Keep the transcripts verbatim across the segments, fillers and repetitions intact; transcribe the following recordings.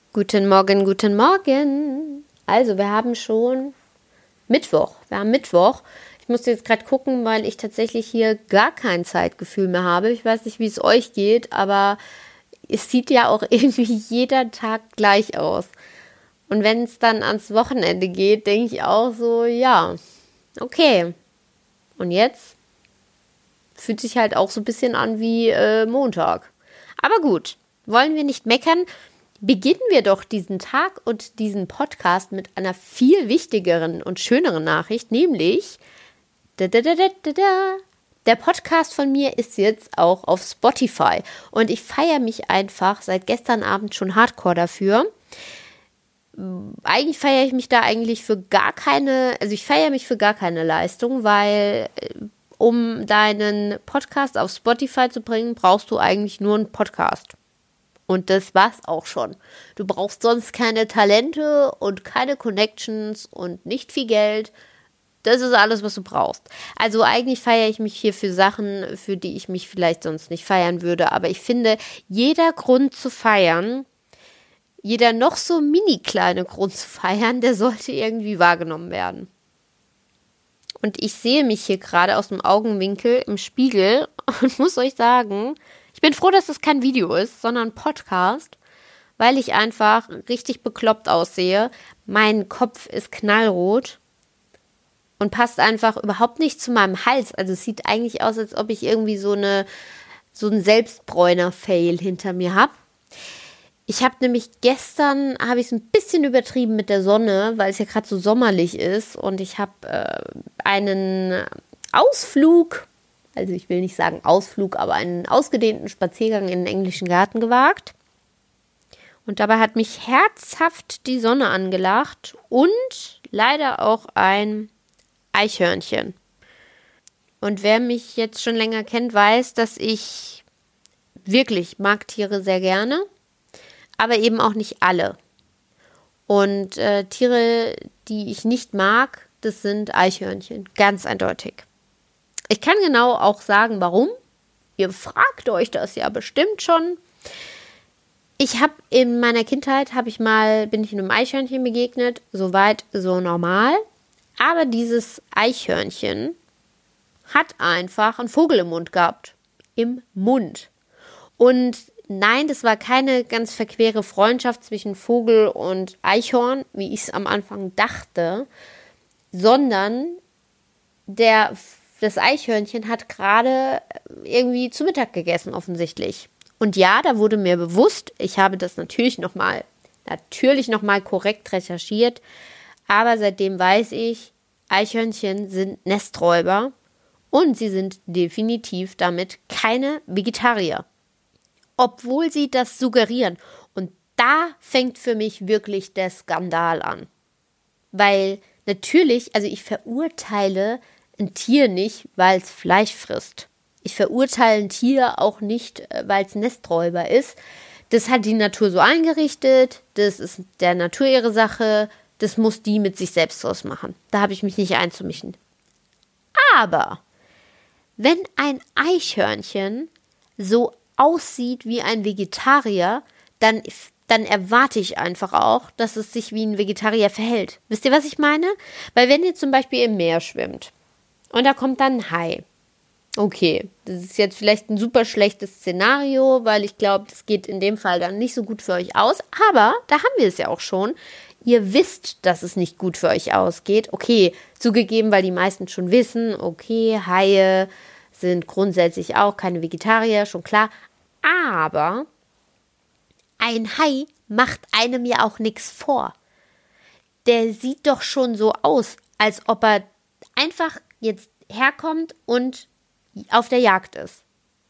Guten Morgen, guten Morgen. Also, wir haben schon Mittwoch. Wir haben Mittwoch. Ich musste jetzt gerade gucken, weil ich tatsächlich hier gar kein Zeitgefühl mehr habe. Ich weiß nicht, wie es euch geht, aber es sieht ja auch irgendwie jeder Tag gleich aus. Und wenn es dann ans Wochenende geht, denke ich auch so, ja, okay. Und jetzt fühlt sich halt auch so ein bisschen an wie äh, Montag. Aber gut, wollen wir nicht meckern. Beginnen wir doch diesen Tag und diesen Podcast mit einer viel wichtigeren und schöneren Nachricht, nämlich da, da, da, da, da, der Podcast von mir ist jetzt auch auf Spotify und ich feiere mich einfach seit gestern Abend schon hardcore dafür. Eigentlich feiere ich mich da eigentlich für gar keine, also ich feiere mich für gar keine Leistung, weil um deinen Podcast auf Spotify zu bringen, brauchst du eigentlich nur einen Podcast. Und das war's auch schon. Du brauchst sonst keine Talente und keine Connections und nicht viel Geld. Das ist alles, was du brauchst. Also eigentlich feiere ich mich hier für Sachen, für die ich mich vielleicht sonst nicht feiern würde. Aber ich finde, jeder Grund zu feiern, jeder noch so mini kleine Grund zu feiern, der sollte irgendwie wahrgenommen werden. Und ich sehe mich hier gerade aus dem Augenwinkel im Spiegel und muss euch sagen, ich bin froh, dass das kein Video ist, sondern ein Podcast, weil ich einfach richtig bekloppt aussehe. Mein Kopf ist knallrot und passt einfach überhaupt nicht zu meinem Hals. Also es sieht eigentlich aus, als ob ich irgendwie so eine so einen Selbstbräuner-Fail hinter mir habe. Ich habe nämlich gestern, habe ich es ein bisschen übertrieben mit der Sonne, weil es ja gerade so sommerlich ist und ich habe äh, einen Ausflug, also ich will nicht sagen Ausflug, aber einen ausgedehnten Spaziergang in den englischen Garten gewagt. Und dabei hat mich herzhaft die Sonne angelacht und leider auch ein Eichhörnchen. Und wer mich jetzt schon länger kennt, weiß, dass ich wirklich mag Tiere sehr gerne, aber eben auch nicht alle. Und äh, Tiere, die ich nicht mag, das sind Eichhörnchen, ganz eindeutig. Ich kann genau auch sagen, warum. Ihr fragt euch das ja bestimmt schon. Ich habe in meiner Kindheit, habe ich mal, bin ich einem Eichhörnchen begegnet, soweit so normal. Aber dieses Eichhörnchen hat einfach einen Vogel im Mund gehabt. Im Mund. Und nein, das war keine ganz verquere Freundschaft zwischen Vogel und Eichhorn, wie ich es am Anfang dachte, sondern der Das Eichhörnchen hat gerade irgendwie zu Mittag gegessen, offensichtlich. Und ja, da wurde mir bewusst, ich habe das natürlich nochmal, natürlich nochmal korrekt recherchiert, aber seitdem weiß ich, Eichhörnchen sind Nesträuber und sie sind definitiv damit keine Vegetarier. Obwohl sie das suggerieren. Und da fängt für mich wirklich der Skandal an. Weil natürlich, also ich verurteile ein Tier nicht, weil es Fleisch frisst. Ich verurteile ein Tier auch nicht, weil es Nesträuber ist. Das hat die Natur so eingerichtet, das ist der Natur ihre Sache, das muss die mit sich selbst ausmachen. Da habe ich mich nicht einzumischen. Aber wenn ein Eichhörnchen so aussieht wie ein Vegetarier, dann, dann erwarte ich einfach auch, dass es sich wie ein Vegetarier verhält. Wisst ihr, was ich meine? Weil wenn ihr zum Beispiel im Meer schwimmt, und da kommt dann ein Hai. Okay, das ist jetzt vielleicht ein super schlechtes Szenario, weil ich glaube, das geht in dem Fall dann nicht so gut für euch aus. Aber da haben wir es ja auch schon. Ihr wisst, dass es nicht gut für euch ausgeht. Okay, zugegeben, weil die meisten schon wissen, okay, Haie sind grundsätzlich auch keine Vegetarier, schon klar. Aber ein Hai macht einem ja auch nichts vor. Der sieht doch schon so aus, als ob er einfach jetzt herkommt und auf der Jagd ist.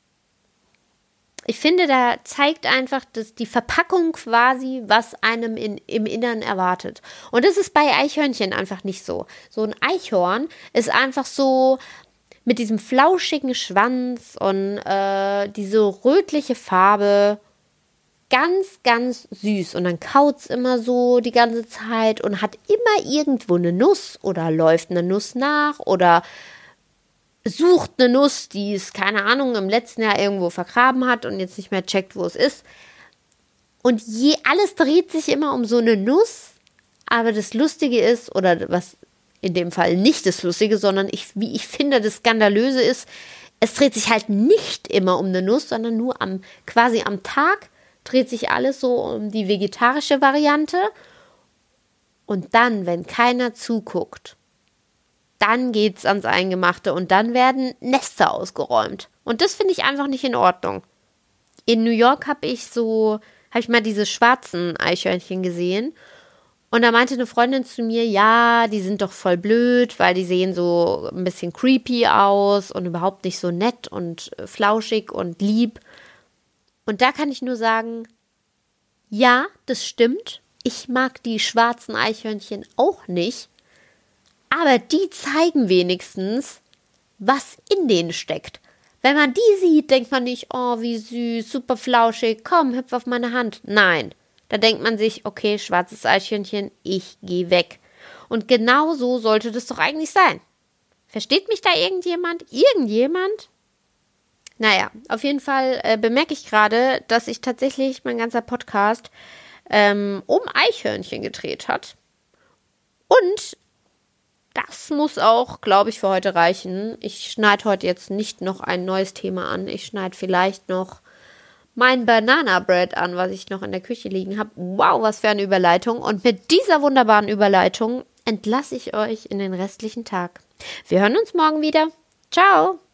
Ich finde, da zeigt einfach dass die Verpackung quasi, was einem in, im Inneren erwartet. Und das ist bei Eichhörnchen einfach nicht so. So ein Eichhorn ist einfach so mit diesem flauschigen Schwanz und äh, diese rötliche Farbe ganz, ganz süß. Und dann kaut's immer so die ganze Zeit und hat immer irgendwo eine Nuss oder läuft eine Nuss nach oder sucht eine Nuss, die es, keine Ahnung, im letzten Jahr irgendwo vergraben hat und jetzt nicht mehr checkt, wo es ist. Und je, alles dreht sich immer um so eine Nuss. Aber das Lustige ist, oder was in dem Fall nicht das Lustige, sondern ich, wie ich finde, das Skandalöse ist, es dreht sich halt nicht immer um eine Nuss, sondern nur am, quasi am Tag dreht sich alles so um die vegetarische Variante. Und dann, wenn keiner zuguckt, dann geht's ans Eingemachte und dann werden Nester ausgeräumt. Und das finde ich einfach nicht in Ordnung. In New York habe ich so, habe ich mal diese schwarzen Eichhörnchen gesehen. Und da meinte eine Freundin zu mir, ja, die sind doch voll blöd, weil die sehen so ein bisschen creepy aus und überhaupt nicht so nett und flauschig und lieb. Und da kann ich nur sagen, ja, das stimmt. Ich mag die schwarzen Eichhörnchen auch nicht. Aber die zeigen wenigstens, was in denen steckt. Wenn man die sieht, denkt man nicht, oh, wie süß, super flauschig, komm, hüpf auf meine Hand. Nein. Da denkt man sich, okay, schwarzes Eichhörnchen, ich gehe weg. Und genau so sollte das doch eigentlich sein. Versteht mich da irgendjemand? Irgendjemand? Naja, auf jeden Fall äh, bemerke ich gerade, dass sich tatsächlich mein ganzer Podcast ähm, um Eichhörnchen gedreht hat. Und das muss auch, glaube ich, für heute reichen. Ich schneide heute jetzt nicht noch ein neues Thema an. Ich schneide vielleicht noch mein Banana Bread an, was ich noch in der Küche liegen habe. Wow, was für eine Überleitung. Und mit dieser wunderbaren Überleitung entlasse ich euch in den restlichen Tag. Wir hören uns morgen wieder. Ciao.